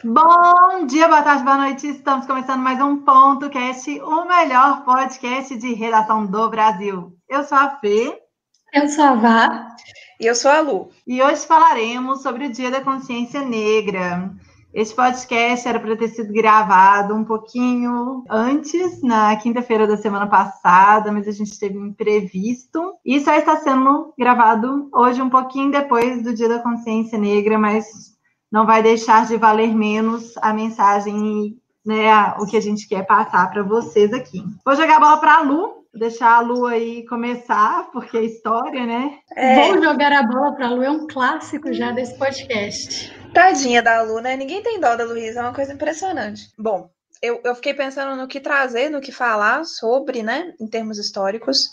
Bom dia, boa tarde, boa noite. Estamos começando mais um Ponto Cast, o melhor podcast de redação do Brasil. Eu sou a Fê. Eu sou a Vá. E eu sou a Lu. E hoje falaremos sobre o Dia da Consciência Negra. Este podcast era para ter sido gravado um pouquinho antes, na quinta-feira da semana passada, mas a gente teve um imprevisto. E só está sendo gravado hoje, um pouquinho depois do Dia da Consciência Negra, mas não vai deixar de valer menos a mensagem, né, o que a gente quer passar para vocês aqui. Vou jogar a bola para a Lu, deixar a Lu aí começar, porque é história, né? Vou jogar a bola para a Lu, é um clássico já desse podcast. Tadinha da Lu, né? Ninguém tem dó da Luísa, é uma coisa impressionante. Bom, eu fiquei pensando no que trazer, no que falar sobre, né, em termos históricos,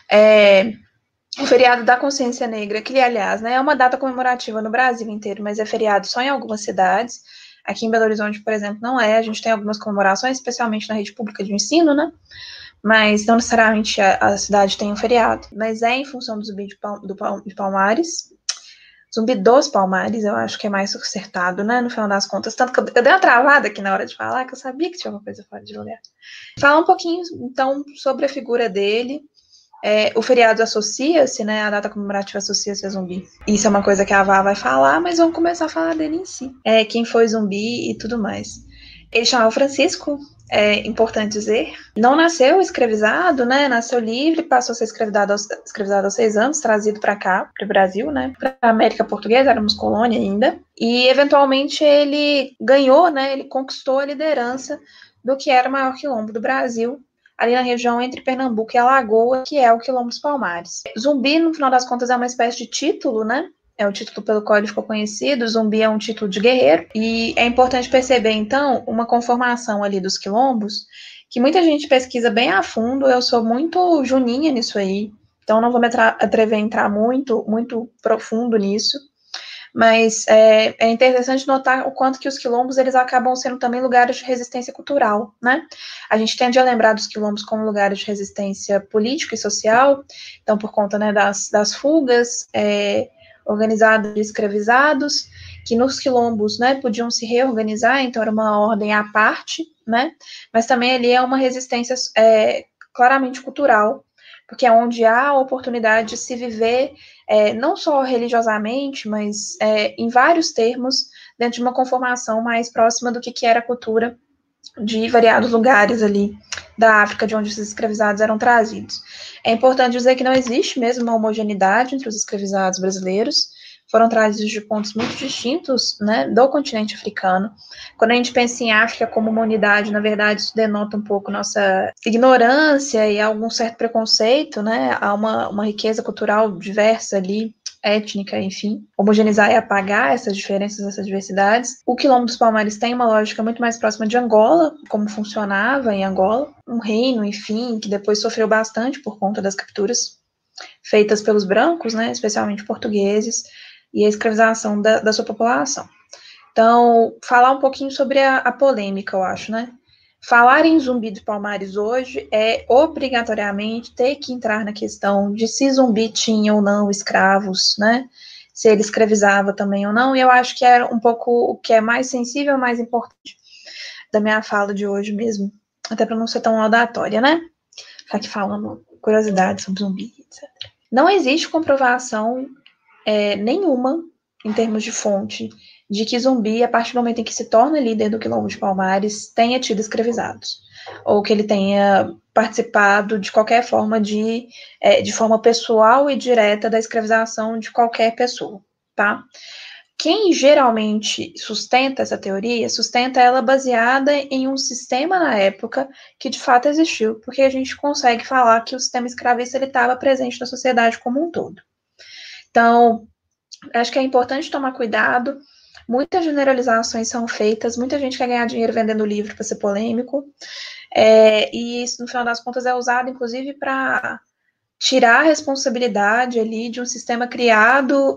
o feriado da Consciência Negra, que, aliás, né, é uma data comemorativa no Brasil inteiro, mas é feriado só em algumas cidades. Aqui em Belo Horizonte, por exemplo, não é. A gente tem algumas comemorações, especialmente na rede pública de ensino, né? Mas não necessariamente a cidade tem um feriado. Mas é em função do Zumbi de Palmares. Zumbi dos Palmares, eu acho que é mais acertado, né? No final das contas. Tanto que eu dei uma travada aqui na hora de falar, que eu sabia que tinha uma coisa fora de lugar. Falar um pouquinho, então, sobre a figura dele. O feriado associa-se, né? A data comemorativa associa-se a Zumbi. Isso é uma coisa que a Vá vai falar, mas vamos começar a falar dele em si. Quem foi Zumbi e tudo mais. Ele chamava Francisco, é importante dizer. Não nasceu escravizado, né? Nasceu livre, passou a ser escravizado aos 6 anos, trazido para cá, para o Brasil, né? Para a América Portuguesa, éramos colônia ainda. E, eventualmente, ele ganhou, né? Ele conquistou a liderança do que era o maior quilombo do Brasil, ali na região entre Pernambuco e Alagoas, que é o Quilombo dos Palmares. Zumbi, no final das contas, é uma espécie de título, né? É o título pelo qual ele ficou conhecido. Zumbi é um título de guerreiro. E é importante perceber, então, uma conformação ali dos quilombos, que muita gente pesquisa bem a fundo. Eu sou muito juninha nisso aí, então não vou me atrever a entrar muito profundo nisso. Mas é interessante notar o quanto que os quilombos eles acabam sendo também lugares de resistência cultural, né? A gente tende a lembrar dos quilombos como lugares de resistência política e social, então por conta, né, das fugas organizadas de escravizados, que nos quilombos, né, podiam se reorganizar, então era uma ordem à parte, né? Mas também ali é uma resistência claramente cultural, porque é onde há a oportunidade de se viver não só religiosamente, mas em vários termos, dentro de uma conformação mais próxima do que era a cultura de variados lugares ali da África, de onde os escravizados eram trazidos. É importante dizer que não existe mesmo uma homogeneidade entre os escravizados brasileiros, foram trazidos de pontos muito distintos, né, do continente africano. Quando a gente pensa em África como uma unidade, na verdade, isso denota um pouco nossa ignorância e algum certo preconceito, né, há uma riqueza cultural diversa ali, étnica, enfim, homogeneizar e apagar essas diferenças, essas diversidades. O Quilombo dos Palmares tem uma lógica muito mais próxima de Angola, como funcionava em Angola, um reino, enfim, que depois sofreu bastante por conta das capturas feitas pelos brancos, né, especialmente portugueses, e a escravização da sua população. Então, falar um pouquinho sobre a polêmica, eu acho, né? Falar em Zumbi dos Palmares hoje é obrigatoriamente ter que entrar na questão de se Zumbi tinha ou não escravos, né? Se ele escravizava também ou não, e eu acho que é um pouco o que é mais sensível, mais importante da minha fala de hoje mesmo, até para não ser tão laudatória, né? Ficar aqui falando curiosidades sobre Zumbi, etc. Não existe comprovação nenhuma, em termos de fonte, de que Zumbi, a partir do momento em que se torna líder do Quilombo de Palmares, tenha tido escravizados, ou que ele tenha participado de qualquer forma de forma pessoal e direta da escravização de qualquer pessoa, tá? Quem geralmente sustenta essa teoria, sustenta ela baseada em um sistema na época que de fato existiu, porque a gente consegue falar que o sistema escravista estava presente na sociedade como um todo. Então, acho que é importante tomar cuidado. Muitas generalizações são feitas, muita gente quer ganhar dinheiro vendendo livro para ser polêmico, e isso, no final das contas, é usado, inclusive, para tirar a responsabilidade ali de um sistema criado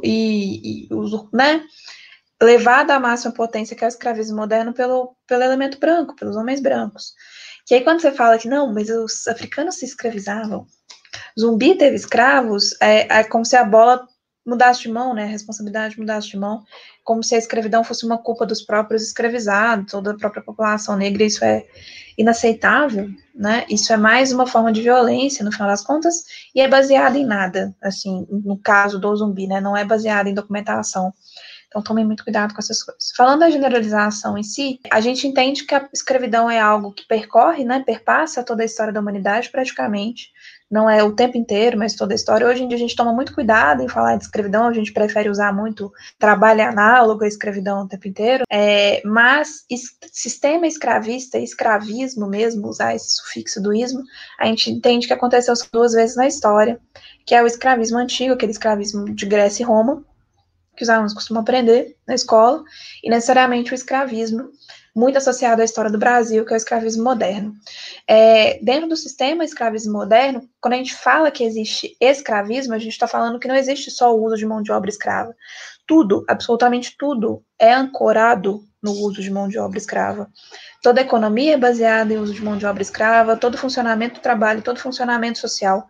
né, levado à máxima potência, que é o escravismo moderno, pelo elemento branco, pelos homens brancos. Que aí, quando você fala que não, mas os africanos se escravizavam, Zumbi teve escravos, é como se a bola mudasse de mão, né, a responsabilidade mudasse de mão, como se a escravidão fosse uma culpa dos próprios escravizados, ou da própria população negra. Isso é inaceitável, né? Isso é mais uma forma de violência, no final das contas, e é baseado em nada, assim, no caso do Zumbi, né? Não é baseado em documentação. Então, tomem muito cuidado com essas coisas. Falando da generalização em si, a gente entende que a escravidão é algo que percorre, né, perpassa toda a história da humanidade, praticamente. Não é o tempo inteiro, mas toda a história. Hoje em dia, a gente toma muito cuidado em falar de escravidão, a gente prefere usar muito trabalho análogo à escravidão o tempo inteiro. Mas sistema escravista, escravismo mesmo, usar esse sufixo do ismo, a gente entende que aconteceu 2 vezes na história, que é o escravismo antigo, aquele escravismo de Grécia e Roma, que os alunos costumam aprender na escola, e necessariamente o escravismo, muito associado à história do Brasil, que é o escravismo moderno. Dentro do sistema escravismo moderno, quando a gente fala que existe escravismo, a gente está falando que não existe só o uso de mão de obra escrava. Tudo, absolutamente tudo, é ancorado no uso de mão de obra escrava. Toda a economia é baseada em uso de mão de obra escrava, todo funcionamento do trabalho, todo funcionamento social.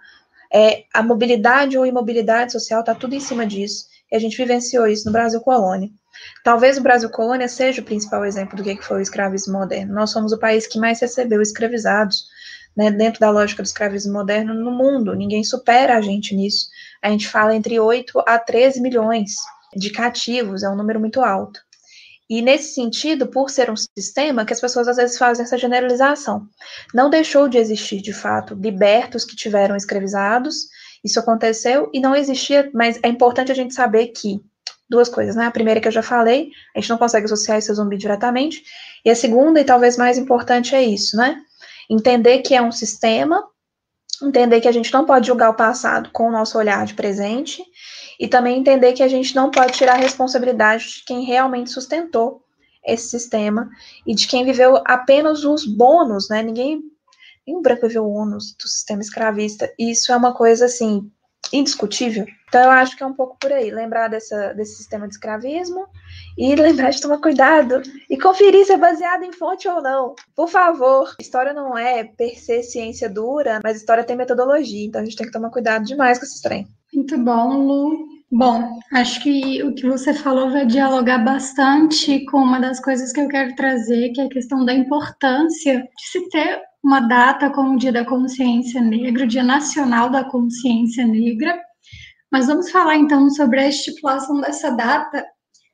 A mobilidade ou imobilidade social está tudo em cima disso. E a gente vivenciou isso no Brasil Colônia. Talvez o Brasil Colônia seja o principal exemplo do que foi o escravismo moderno. Nós somos o país que mais recebeu escravizados, né, dentro da lógica do escravismo moderno no mundo. Ninguém supera a gente nisso. A gente fala entre 8 a 13 milhões de cativos, é um número muito alto. E nesse sentido, por ser um sistema, que as pessoas às vezes fazem essa generalização. Não deixou de existir, de fato, libertos que tiveram escravizados. Isso aconteceu e não existia, mas é importante a gente saber que 2 coisas, né? A primeira que eu já falei, a gente não consegue associar esse zumbi diretamente, e a segunda, e talvez mais importante, é isso, né? Entender que é um sistema, entender que a gente não pode julgar o passado com o nosso olhar de presente, e também entender que a gente não pode tirar a responsabilidade de quem realmente sustentou esse sistema, e de quem viveu apenas os bônus, né? Nenhum branco viveu o ônus do sistema escravista, e isso é uma coisa, assim, indiscutível. Então, eu acho que é um pouco por aí, lembrar desse sistema de escravismo, e lembrar de tomar cuidado, e conferir se é baseado em fonte ou não. Por favor, história não é per se ciência dura, mas história tem metodologia, então a gente tem que tomar cuidado demais com esse trem. Muito bom, Lu. Bom, acho que o que você falou vai dialogar bastante com uma das coisas que eu quero trazer, que é a questão da importância de se ter uma data como o Dia da Consciência Negra, o Dia Nacional da Consciência Negra. Mas vamos falar então sobre a estipulação dessa data.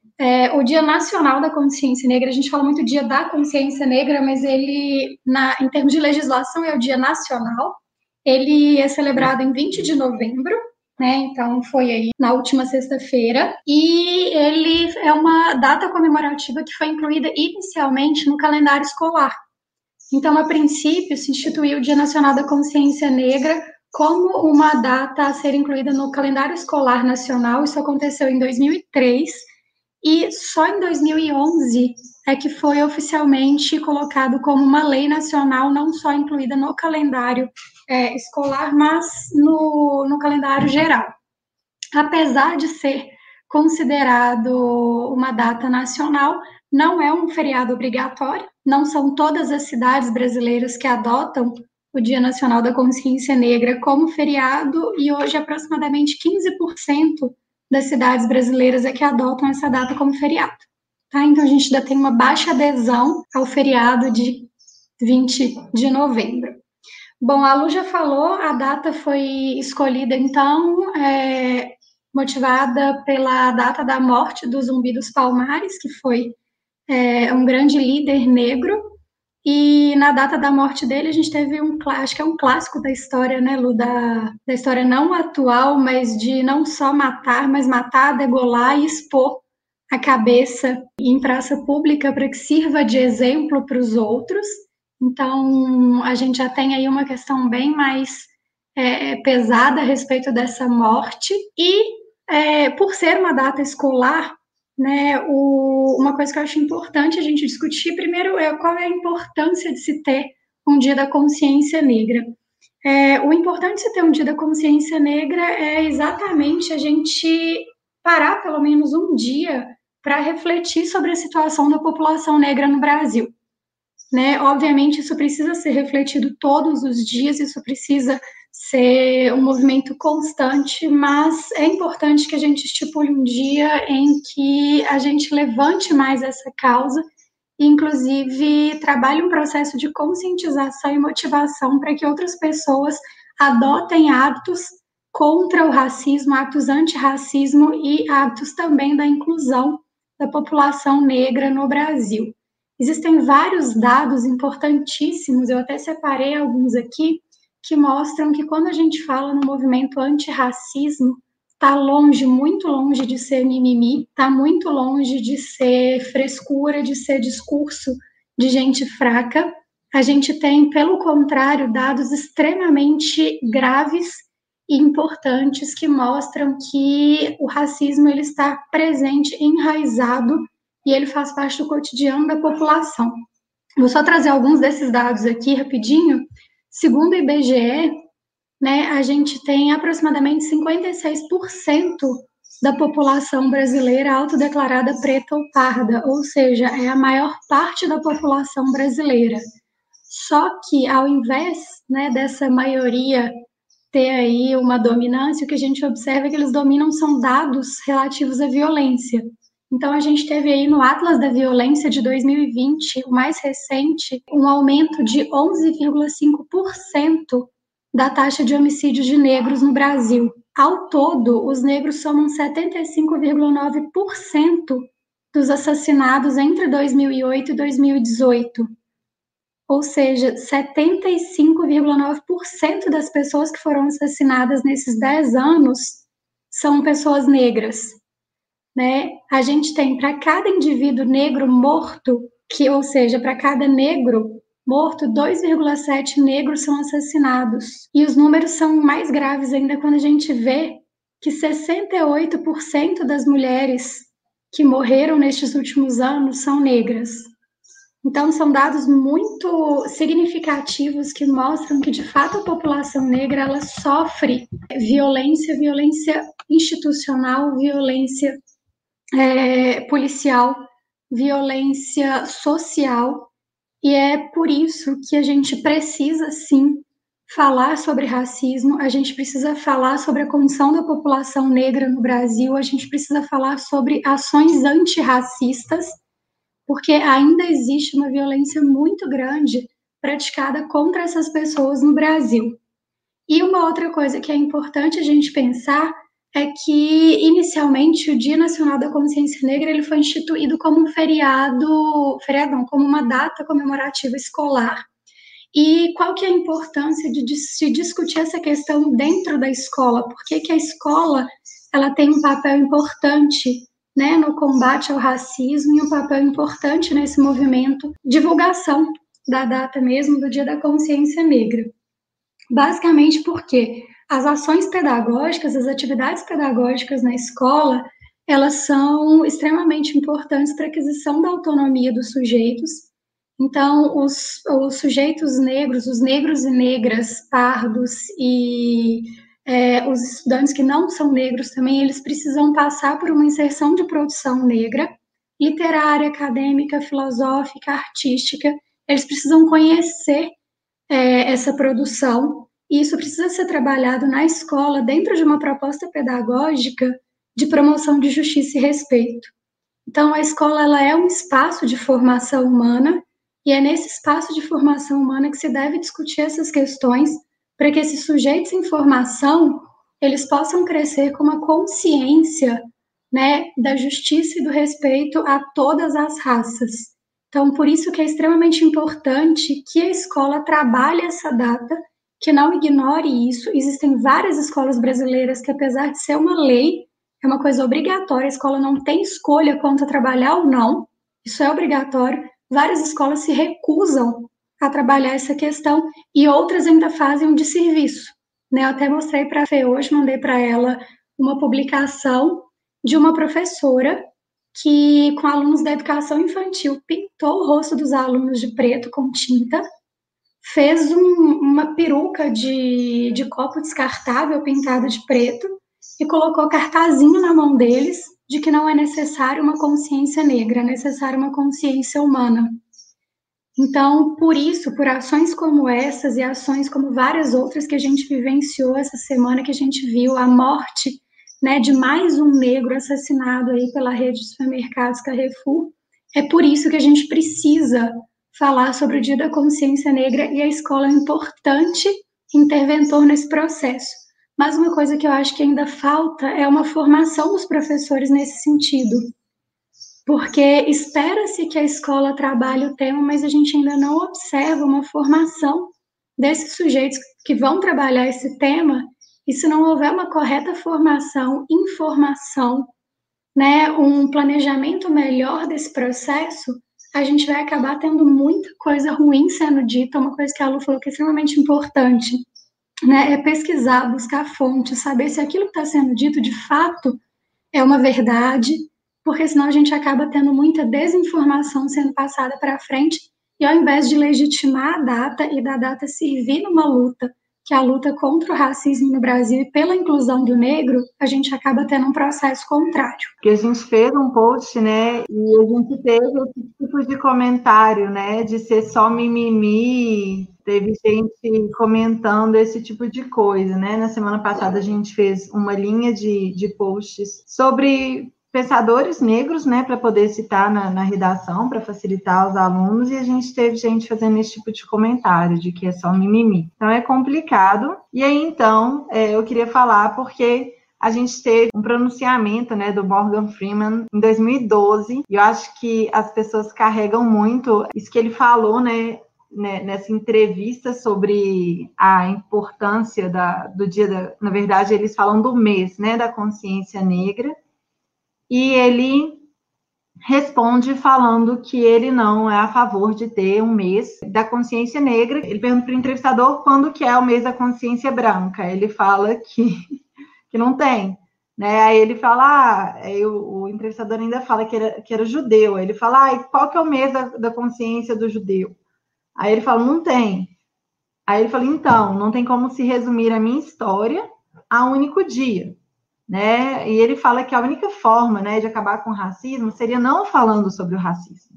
O Dia Nacional da Consciência Negra, a gente fala muito Dia da Consciência Negra, mas ele, em termos de legislação, é o Dia Nacional. Ele é celebrado em 20 de novembro, né? Então foi aí na última sexta-feira, e ele é uma data comemorativa que foi incluída inicialmente no calendário escolar. Então, a princípio, se instituiu o Dia Nacional da Consciência Negra como uma data a ser incluída no calendário escolar nacional. Isso aconteceu em 2003, e só em 2011 é que foi oficialmente colocado como uma lei nacional, não só incluída no calendário escolar, mas no calendário geral. Apesar de ser considerado uma data nacional, não é um feriado obrigatório, não são todas as cidades brasileiras que adotam o Dia Nacional da Consciência Negra como feriado, e hoje aproximadamente 15% das cidades brasileiras é que adotam essa data como feriado. Tá? Então a gente ainda tem uma baixa adesão ao feriado de 20 de novembro. Bom, a Lu já falou, a data foi escolhida então motivada pela data da morte do Zumbi dos Palmares, que foi um grande líder negro, e na data da morte dele a gente teve acho que é um clássico da história, né, Lu, da história não atual, mas de não só matar, mas matar, degolar e expor a cabeça em praça pública para que sirva de exemplo para os outros. Então, a gente já tem aí uma questão bem mais pesada a respeito dessa morte, e por ser uma data escolar, né, uma coisa que eu acho importante a gente discutir primeiro é qual é a importância de se ter um Dia da Consciência Negra. O importante de se ter um Dia da Consciência Negra é exatamente a gente parar pelo menos um dia para refletir sobre a situação da população negra no Brasil. né? Obviamente, isso precisa ser refletido todos os dias, isso precisa ser um movimento constante, mas é importante que a gente estipule um dia em que a gente levante mais essa causa e, inclusive, trabalhe um processo de conscientização e motivação para que outras pessoas adotem hábitos contra o racismo, hábitos antirracismo e hábitos também da inclusão da população negra no Brasil. Existem vários dados importantíssimos, eu até separei alguns aqui, que mostram que quando a gente fala no movimento antirracismo, está longe, muito longe de ser mimimi, está muito longe de ser frescura, de ser discurso de gente fraca. A gente tem, pelo contrário, dados extremamente graves e importantes que mostram que o racismo ele está presente, enraizado, e ele faz parte do cotidiano da população. Vou só trazer alguns desses dados aqui rapidinho. Segundo o IBGE, né, a gente tem aproximadamente 56% da população brasileira autodeclarada preta ou parda, ou seja, é a maior parte da população brasileira. Só que, ao invés, né, dessa maioria ter aí uma dominância, o que a gente observa é que eles dominam são dados relativos à violência. Então, a gente teve aí no Atlas da Violência de 2020, o mais recente, um aumento de 11,5% da taxa de homicídios de negros no Brasil. Ao todo, os negros somam 75,9% dos assassinados entre 2008 e 2018. Ou seja, 75,9% das pessoas que foram assassinadas nesses 10 anos são pessoas negras. Né? A gente tem para cada indivíduo negro morto, ou seja, para cada negro morto, 2,7 negros são assassinados. E os números são mais graves ainda quando a gente vê que 68% das mulheres que morreram nestes últimos anos são negras. Então, são dados muito significativos que mostram que, de fato, a população negra ela sofre violência institucional, violência policial, violência social, e é por isso que a gente precisa, sim, falar sobre racismo, a gente precisa falar sobre a condição da população negra no Brasil, a gente precisa falar sobre ações antirracistas, porque ainda existe uma violência muito grande praticada contra essas pessoas no Brasil. E uma outra coisa que é importante a gente pensar é que, inicialmente, o Dia Nacional da Consciência Negra ele foi instituído como um como uma data comemorativa escolar. E qual que é a importância de se discutir essa questão dentro da escola? Por que a escola ela tem um papel importante, né, no combate ao racismo e um papel importante nesse movimento de divulgação da data mesmo do Dia da Consciência Negra? Basicamente porque as ações pedagógicas, as atividades pedagógicas na escola, elas são extremamente importantes para a aquisição da autonomia dos sujeitos. Então, os sujeitos negros, os negros e negras, pardos e os estudantes que não são negros também, eles precisam passar por uma inserção de produção negra, literária, acadêmica, filosófica, artística. Eles precisam conhecer essa produção, e isso precisa ser trabalhado na escola dentro de uma proposta pedagógica de promoção de justiça e respeito. Então, a escola ela é um espaço de formação humana, e é nesse espaço de formação humana que se deve discutir essas questões para que esses sujeitos em formação eles possam crescer com uma consciência, né, da justiça e do respeito a todas as raças. Então, por isso que é extremamente importante que a escola trabalhe essa data, que não ignore isso. Existem várias escolas brasileiras que, apesar de ser uma lei, é uma coisa obrigatória, a escola não tem escolha quanto a trabalhar ou não, isso é obrigatório. Várias escolas se recusam a trabalhar essa questão e outras ainda fazem um desserviço. Né? Eu até mostrei para a Fê hoje, mandei para ela uma publicação de uma professora que, com alunos da educação infantil, pintou o rosto dos alunos de preto com tinta, fez uma peruca de copo descartável pintada de preto e colocou cartazinho na mão deles de que não é necessário uma consciência negra, é necessário uma consciência humana. Então, por isso, por ações como essas e ações como várias outras que a gente vivenciou essa semana, que a gente viu a morte, né, de mais um negro assassinado aí pela rede de supermercados Carrefour, é por isso que a gente precisa falar sobre o Dia da Consciência Negra, e a escola é um importante interventor nesse processo. Mas uma coisa que eu acho que ainda falta é uma formação dos professores nesse sentido, porque espera-se que a escola trabalhe o tema, mas a gente ainda não observa uma formação desses sujeitos que vão trabalhar esse tema, e se não houver uma correta formação, informação, né, um planejamento melhor desse processo, a gente vai acabar tendo muita coisa ruim sendo dita. Uma coisa que a Lu falou que é extremamente importante, né, é pesquisar, buscar fontes, saber se aquilo que está sendo dito de fato é uma verdade, porque senão a gente acaba tendo muita desinformação sendo passada para frente, e ao invés de legitimar a data e da data servir numa luta, que é a luta contra o racismo no Brasil e pela inclusão do negro, a gente acaba tendo um processo contrário. Porque a gente fez um post, né, e a gente teve esse tipo de comentário, né, de ser só mimimi, teve gente comentando esse tipo de coisa, né. Na semana passada a gente fez uma linha de posts sobre pensadores negros, né, para poder citar na redação, para facilitar os alunos, e a gente teve gente fazendo esse tipo de comentário, de que é só mimimi. Então é complicado. E aí, então, eu queria falar porque a gente teve um pronunciamento, né, do Morgan Freeman em 2012, e eu acho que as pessoas carregam muito isso que ele falou, né, nessa entrevista sobre a importância do dia, na verdade, eles falam do mês, né, da consciência negra, e ele responde falando que ele não é a favor de ter um mês da consciência negra. Ele pergunta para o entrevistador quando que é o mês da consciência branca. Ele fala que não tem, né? Aí ele fala, o entrevistador ainda fala que era judeu. Aí ele fala, qual que é o mês da consciência do judeu? Aí ele fala, não tem. Aí ele fala, então, não tem como se resumir a minha história a um único dia, né? E ele fala que a única forma, né, de acabar com o racismo seria não falando sobre o racismo,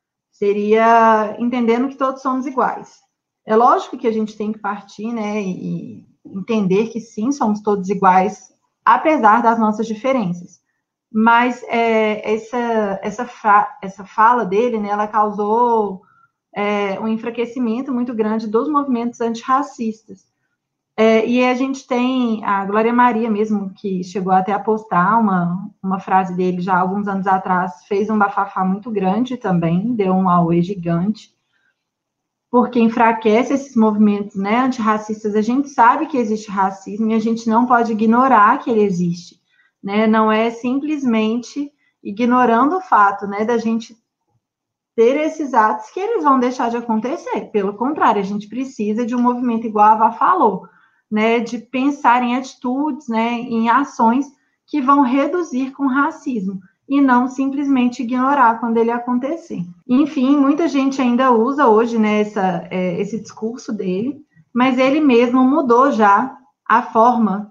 seria entendendo que todos somos iguais. É lógico que a gente tem que partir, né, e entender que sim, somos todos iguais, apesar das nossas diferenças. Mas essa fala dele, né, ela causou um enfraquecimento muito grande dos movimentos antirracistas. E a gente tem a Glória Maria mesmo, que chegou até a postar uma frase dele já há alguns anos atrás, fez um bafafá muito grande também, deu um auê gigante, porque enfraquece esses movimentos, né, antirracistas. A gente sabe que existe racismo e a gente não pode ignorar que ele existe, né? Não é simplesmente ignorando o fato, né, da gente ter esses atos que eles vão deixar de acontecer. Pelo contrário, a gente precisa de um movimento igual a Vá falou, né, de pensar em atitudes, né, em ações que vão reduzir com o racismo e não simplesmente ignorar quando ele acontecer. Enfim, muita gente ainda usa hoje, né, esse discurso dele, mas ele mesmo mudou já a forma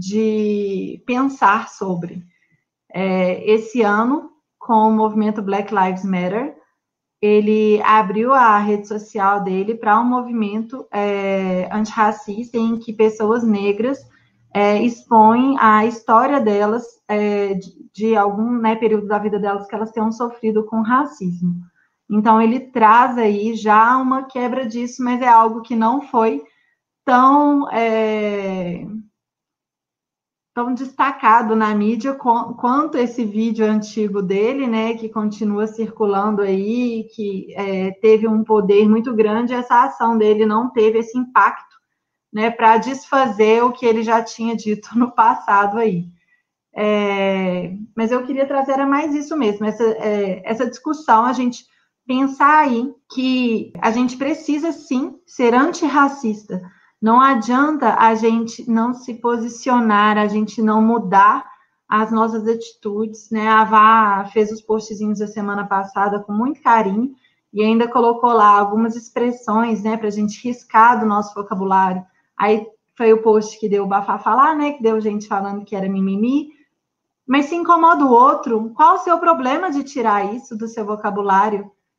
de pensar sobre. Esse ano, com o movimento Black Lives Matter, ele abriu a rede social dele para um movimento antirracista em que pessoas negras expõem a história delas, de algum, né, período da vida delas que elas tenham sofrido com racismo. Então, ele traz aí já uma quebra disso, mas é algo que não foi tão destacado na mídia quanto esse vídeo antigo dele, né, que continua circulando aí, que teve um poder muito grande. Essa ação dele não teve esse impacto, né, para desfazer o que ele já tinha dito no passado aí. Mas eu queria trazer mais isso mesmo, essa discussão, a gente pensar aí que a gente precisa sim ser antirracista. Não adianta a gente não se posicionar, a gente não mudar as nossas atitudes, né? A Vá fez os postzinhos da semana passada com muito carinho e ainda colocou lá algumas expressões, né, para a gente riscar do nosso vocabulário. Aí foi o post que deu o bafafá lá, né, que deu gente falando que era mimimi. Mas se incomoda o outro, qual o seu problema de tirar isso do seu vocabulário?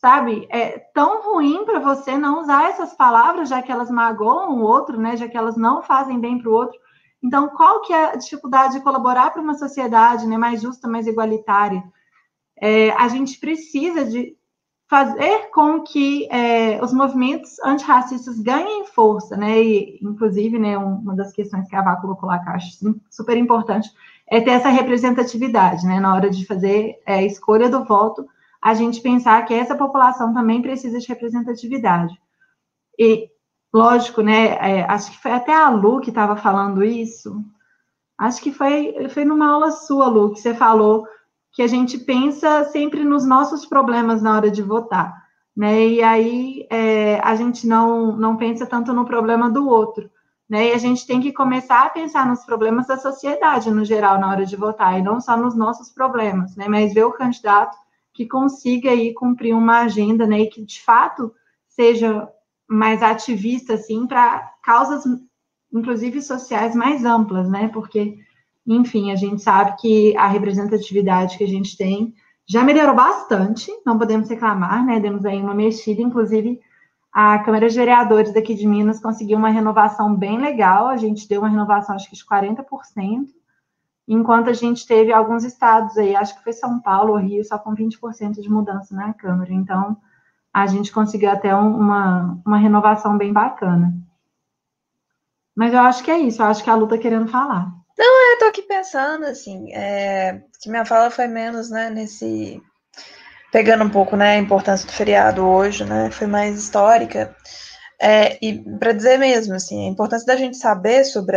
sabe? É tão ruim para você não usar essas palavras, já que elas magoam o outro, né? Já que elas não fazem bem para o outro. Então, qual que é a dificuldade de colaborar para uma sociedade, né, mais justa, mais igualitária? A gente precisa de fazer com que os movimentos antirracistas ganhem força, né? E, inclusive, né, uma das questões que a Vá colocou lá, que eu acho super importante, é ter essa representatividade, né? Na hora de fazer a escolha do voto, a gente pensar que essa população também precisa de representatividade. E, lógico, né? Acho que foi até a Lu que estava falando isso. Acho que foi numa aula sua, Lu, que você falou que a gente pensa sempre nos nossos problemas na hora de votar, né? E aí a gente não pensa tanto no problema do outro, né? E a gente tem que começar a pensar nos problemas da sociedade no geral na hora de votar, e não só nos nossos problemas, né? Mas ver o candidato que consiga aí cumprir uma agenda, né? E que de fato seja mais ativista, assim, para causas, inclusive sociais, mais amplas, né? Porque, enfim, a gente sabe que a representatividade que a gente tem já melhorou bastante, não podemos reclamar, né? Demos aí uma mexida, inclusive a Câmara de Vereadores daqui de Minas conseguiu uma renovação bem legal, a gente deu uma renovação, acho que de 40%, enquanto a gente teve alguns estados aí, acho que foi São Paulo ou Rio, só com 20% de mudança na Câmara. Então, a gente conseguiu até uma renovação bem bacana. Mas eu acho que é isso, eu acho que a Lu tá querendo falar. Não, eu tô aqui pensando, assim, que minha fala foi menos, né, pegando um pouco, né, a importância do feriado hoje, né, foi mais histórica, e para dizer mesmo, assim, a importância da gente saber sobre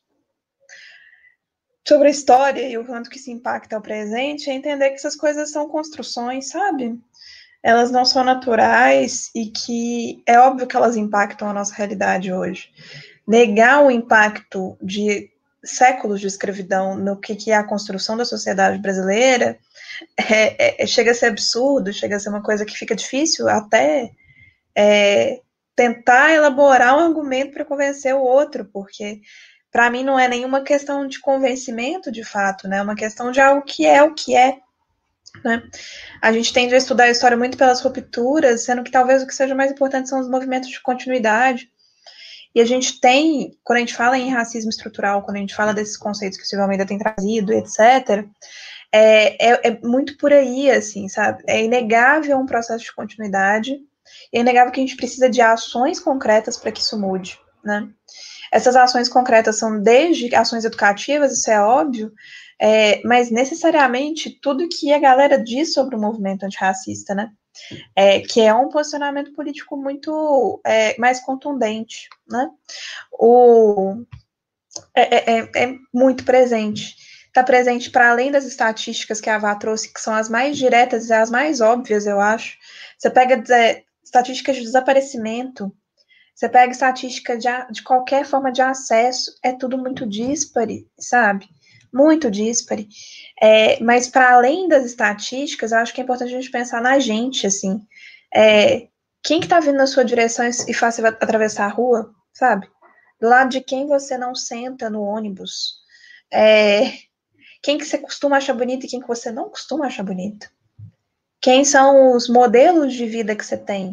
a história e o quanto que se impacta ao presente, é entender que essas coisas são construções, sabe? Elas não são naturais e que é óbvio que elas impactam a nossa realidade hoje. Negar o impacto de séculos de escravidão no que é a construção da sociedade brasileira chega a ser absurdo, chega a ser uma coisa que fica difícil até tentar elaborar um argumento para convencer o outro, porque para mim não é nenhuma questão de convencimento de fato, né? É uma questão de algo que é o que é. Né? A gente tende a estudar a história muito pelas rupturas, sendo que talvez o que seja mais importante são os movimentos de continuidade. E a gente tem, quando a gente fala em racismo estrutural, quando a gente fala desses conceitos que o Silvio Almeida tem trazido, etc., é muito por aí, assim, sabe? É inegável um processo de continuidade, é inegável que a gente precisa de ações concretas para que isso mude, né? Essas ações concretas são desde ações educativas, isso é óbvio, mas necessariamente tudo que a galera diz sobre o movimento antirracista, né? Que é um posicionamento político muito mais contundente, né? É muito presente. Está presente para além das estatísticas que a Vá trouxe, que são as mais diretas e as mais óbvias, eu acho. Você pega estatísticas de desaparecimento, você pega estatística de qualquer forma de acesso, é tudo muito díspare, sabe? Muito díspare. Mas para além das estatísticas, eu acho que é importante a gente pensar na gente, assim. Quem que tá vindo na sua direção e faz você atravessar a rua, sabe? Do lado de quem você não senta no ônibus. Quem que você costuma achar bonito e quem que você não costuma achar bonito. Quem são os modelos de vida que você tem.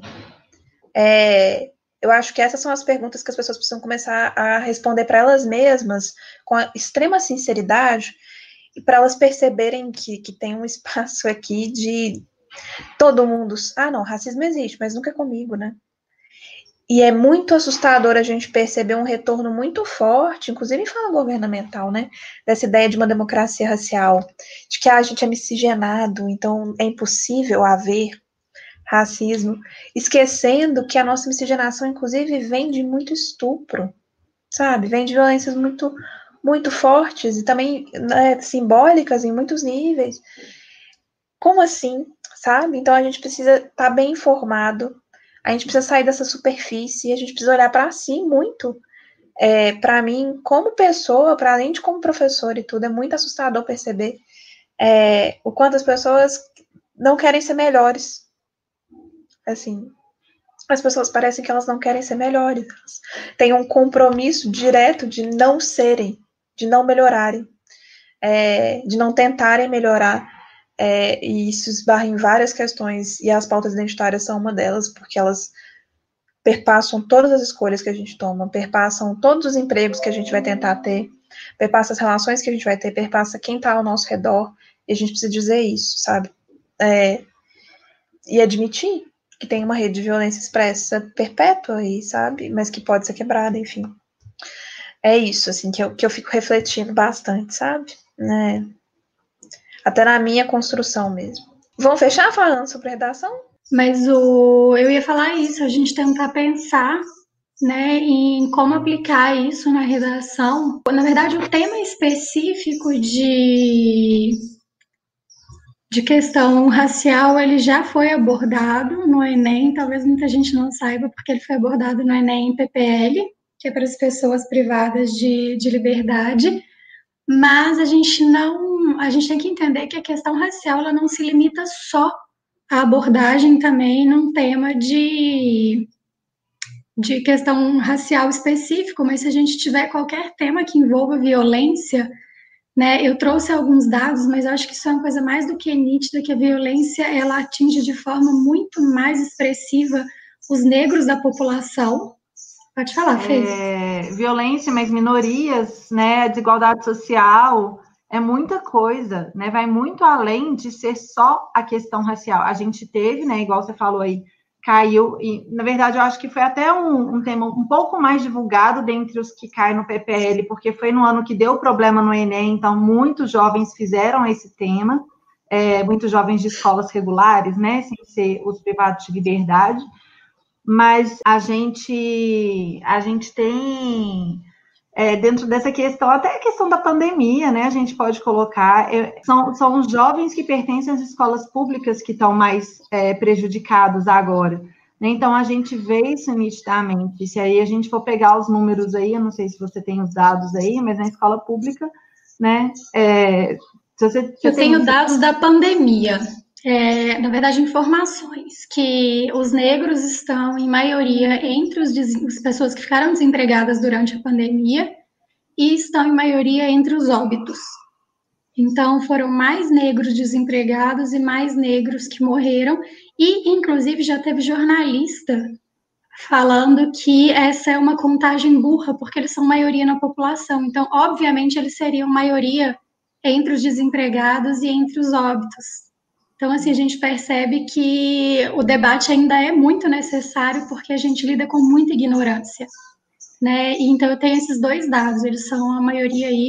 Eu acho que essas são as perguntas que as pessoas precisam começar a responder para elas mesmas com a extrema sinceridade e para elas perceberem que tem um espaço aqui de todo mundo. Não, racismo existe, mas nunca é comigo, né? E é muito assustador a gente perceber um retorno muito forte, inclusive em fala governamental, né? Dessa ideia de uma democracia racial, de que a gente é miscigenado, então é impossível haver racismo, esquecendo que a nossa miscigenação, inclusive, vem de muito estupro, sabe? Vem de violências muito, muito fortes e também simbólicas em muitos níveis. Como assim, sabe? Então a gente precisa estar bem informado, a gente precisa sair dessa superfície, a gente precisa olhar para si muito. Para mim, como pessoa, para além de como professor e tudo, é muito assustador perceber o quanto as pessoas não querem ser melhores. Assim, as pessoas parecem que elas não querem ser melhores. Têm um compromisso direto de não serem, de não melhorarem, de não tentarem melhorar. e isso esbarra em várias questões, e as pautas identitárias são uma delas, porque elas perpassam todas as escolhas que a gente toma, perpassam todos os empregos que a gente vai tentar ter, perpassa as relações que a gente vai ter, perpassa quem está ao nosso redor, e a gente precisa dizer isso, sabe? E admitir que tem uma rede de violência expressa perpétua aí, sabe? Mas que pode ser quebrada, enfim. É isso, assim, que eu fico refletindo bastante, sabe? Até na minha construção mesmo. Vamos fechar falando sobre redação? Mas eu ia falar isso, a gente tentar pensar, né, em como aplicar isso na redação. Na verdade, o tema específico de questão racial, ele já foi abordado no Enem, talvez muita gente não saiba, porque ele foi abordado no Enem em PPL, que é para as pessoas privadas de liberdade, mas a gente tem que entender que a questão racial, ela não se limita só à abordagem também num tema de questão racial específico, mas se a gente tiver qualquer tema que envolva violência, né, eu trouxe alguns dados, mas eu acho que isso é uma coisa mais do que nítida, que a violência, ela atinge de forma muito mais expressiva os negros da população. Pode falar, Fê. Violência, mas minorias, né, a desigualdade social, é muita coisa, né, vai muito além de ser só a questão racial. A gente teve, né, igual você falou aí, caiu, e na verdade eu acho que foi até um tema um pouco mais divulgado dentre os que caem no PPL, porque foi no ano que deu problema no Enem, então muitos jovens fizeram esse tema, muitos jovens de escolas regulares, né, sem ser os privados de liberdade, mas a gente tem, dentro dessa questão, até a questão da pandemia, né, a gente pode colocar, são os jovens que pertencem às escolas públicas que estão mais prejudicados agora, né? Então a gente vê isso nitidamente. Se aí a gente for pegar os números aí, eu não sei se você tem os dados aí, mas na escola pública, né, eu tenho dados da pandemia. Na verdade, informações que os negros estão, em maioria, entre as pessoas que ficaram desempregadas durante a pandemia e estão, em maioria, entre os óbitos. Então, foram mais negros desempregados e mais negros que morreram. E, inclusive, já teve jornalista falando que essa é uma contagem burra, porque eles são maioria na população. Então, obviamente, eles seriam maioria entre os desempregados e entre os óbitos. Então, assim, a gente percebe que o debate ainda é muito necessário porque a gente lida com muita ignorância, né? E, então, eu tenho esses dois dados, eles são a maioria aí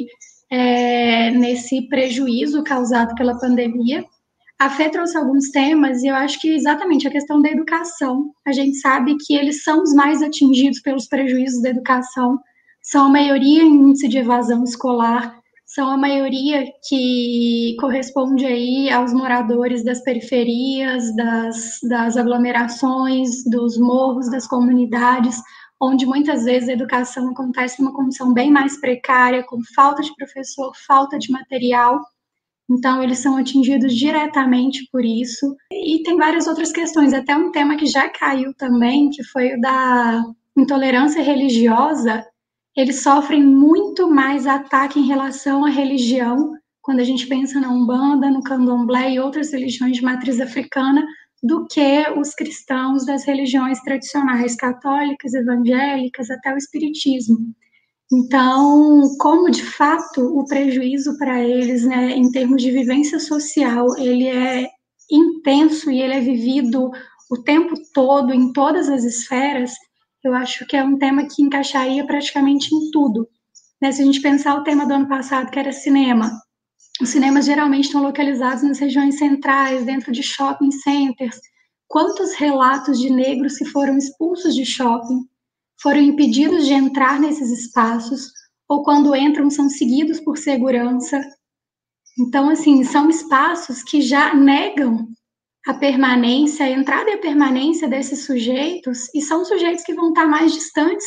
nesse prejuízo causado pela pandemia. A Fê trouxe alguns temas e eu acho que exatamente a questão da educação. A gente sabe que eles são os mais atingidos pelos prejuízos da educação, são a maioria em índice de evasão escolar, são a maioria que corresponde aí aos moradores das periferias, das aglomerações, dos morros, das comunidades, onde muitas vezes a educação acontece numa condição bem mais precária, com falta de professor, falta de material. Então, eles são atingidos diretamente por isso. E tem várias outras questões, até um tema que já caiu também, que foi o da intolerância religiosa. Eles sofrem muito mais ataque em relação à religião, quando a gente pensa na Umbanda, no Candomblé e outras religiões de matriz africana, do que os cristãos das religiões tradicionais, católicas, evangélicas, até o espiritismo. Então, como de fato o prejuízo para eles, né, em termos de vivência social, ele é intenso e ele é vivido o tempo todo, em todas as esferas, eu acho que é um tema que encaixaria praticamente em tudo. Né? Se a gente pensar o tema do ano passado, que era cinema, os cinemas geralmente estão localizados nas regiões centrais, dentro de shopping centers. Quantos relatos de negros que foram expulsos de shopping, foram impedidos de entrar nesses espaços, ou quando entram são seguidos por segurança. Então, assim, são espaços que já negam a permanência, a entrada e a permanência desses sujeitos, e são sujeitos que vão estar mais distantes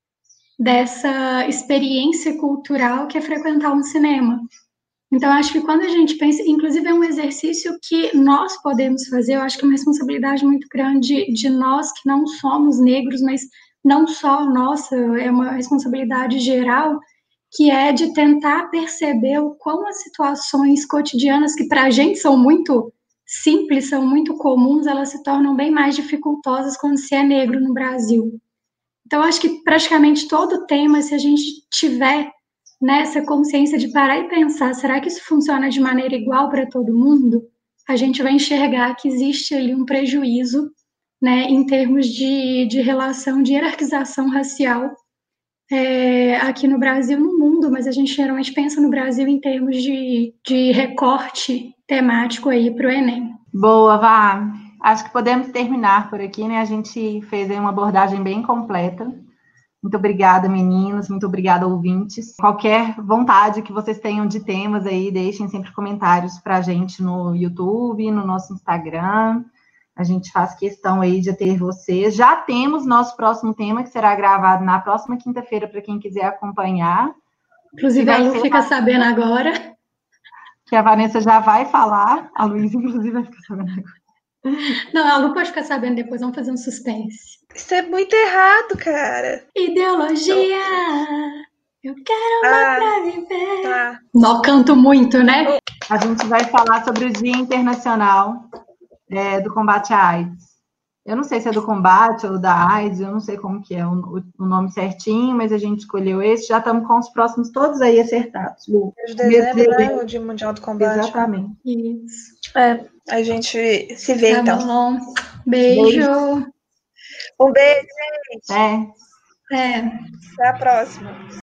dessa experiência cultural que é frequentar um cinema. Então, acho que quando a gente pensa, inclusive é um exercício que nós podemos fazer, eu acho que é uma responsabilidade muito grande de nós que não somos negros, mas não só nossa, é uma responsabilidade geral, que é de tentar perceber o quão as situações cotidianas que para a gente são muito simples, são muito comuns, elas se tornam bem mais dificultosas quando se é negro no Brasil. Então, acho que praticamente todo tema, se a gente tiver, né, essa consciência de parar e pensar, será que isso funciona de maneira igual para todo mundo? A gente vai enxergar que existe ali um prejuízo, né, em termos de relação, de hierarquização racial aqui no Brasil, no mundo, mas a gente geralmente pensa no Brasil em termos de recorte temático aí para o Enem. Boa, Vá. Acho que podemos terminar por aqui, né? A gente fez aí uma abordagem bem completa. Muito obrigada, meninos. Muito obrigada, ouvintes. Qualquer vontade que vocês tenham de temas aí, deixem sempre comentários para a gente no YouTube, no nosso Instagram. A gente faz questão aí de ter vocês. Já temos nosso próximo tema, que será gravado na próxima quinta-feira, para quem quiser acompanhar. Inclusive, a Lu fica sabendo agora. Que a Vanessa já vai falar. A Luísa, inclusive, vai ficar sabendo agora. Não, a Lu pode ficar sabendo depois, vamos fazer um suspense. Isso é muito errado, cara. Ideologia! Eu quero uma pra viver. Tá. Não canto muito, né? A gente vai falar sobre o Dia Internacional do Combate à AIDS. Eu não sei se é do combate ou da AIDS, eu não sei como que é o nome certinho, mas a gente escolheu esse. Já estamos com os próximos todos aí acertados, Lu. De dezembro, né? O Dia Mundial do Combate. Exatamente. Isso. A gente se vê, então. Bom. Beijo. Um beijo, gente. Até a próxima.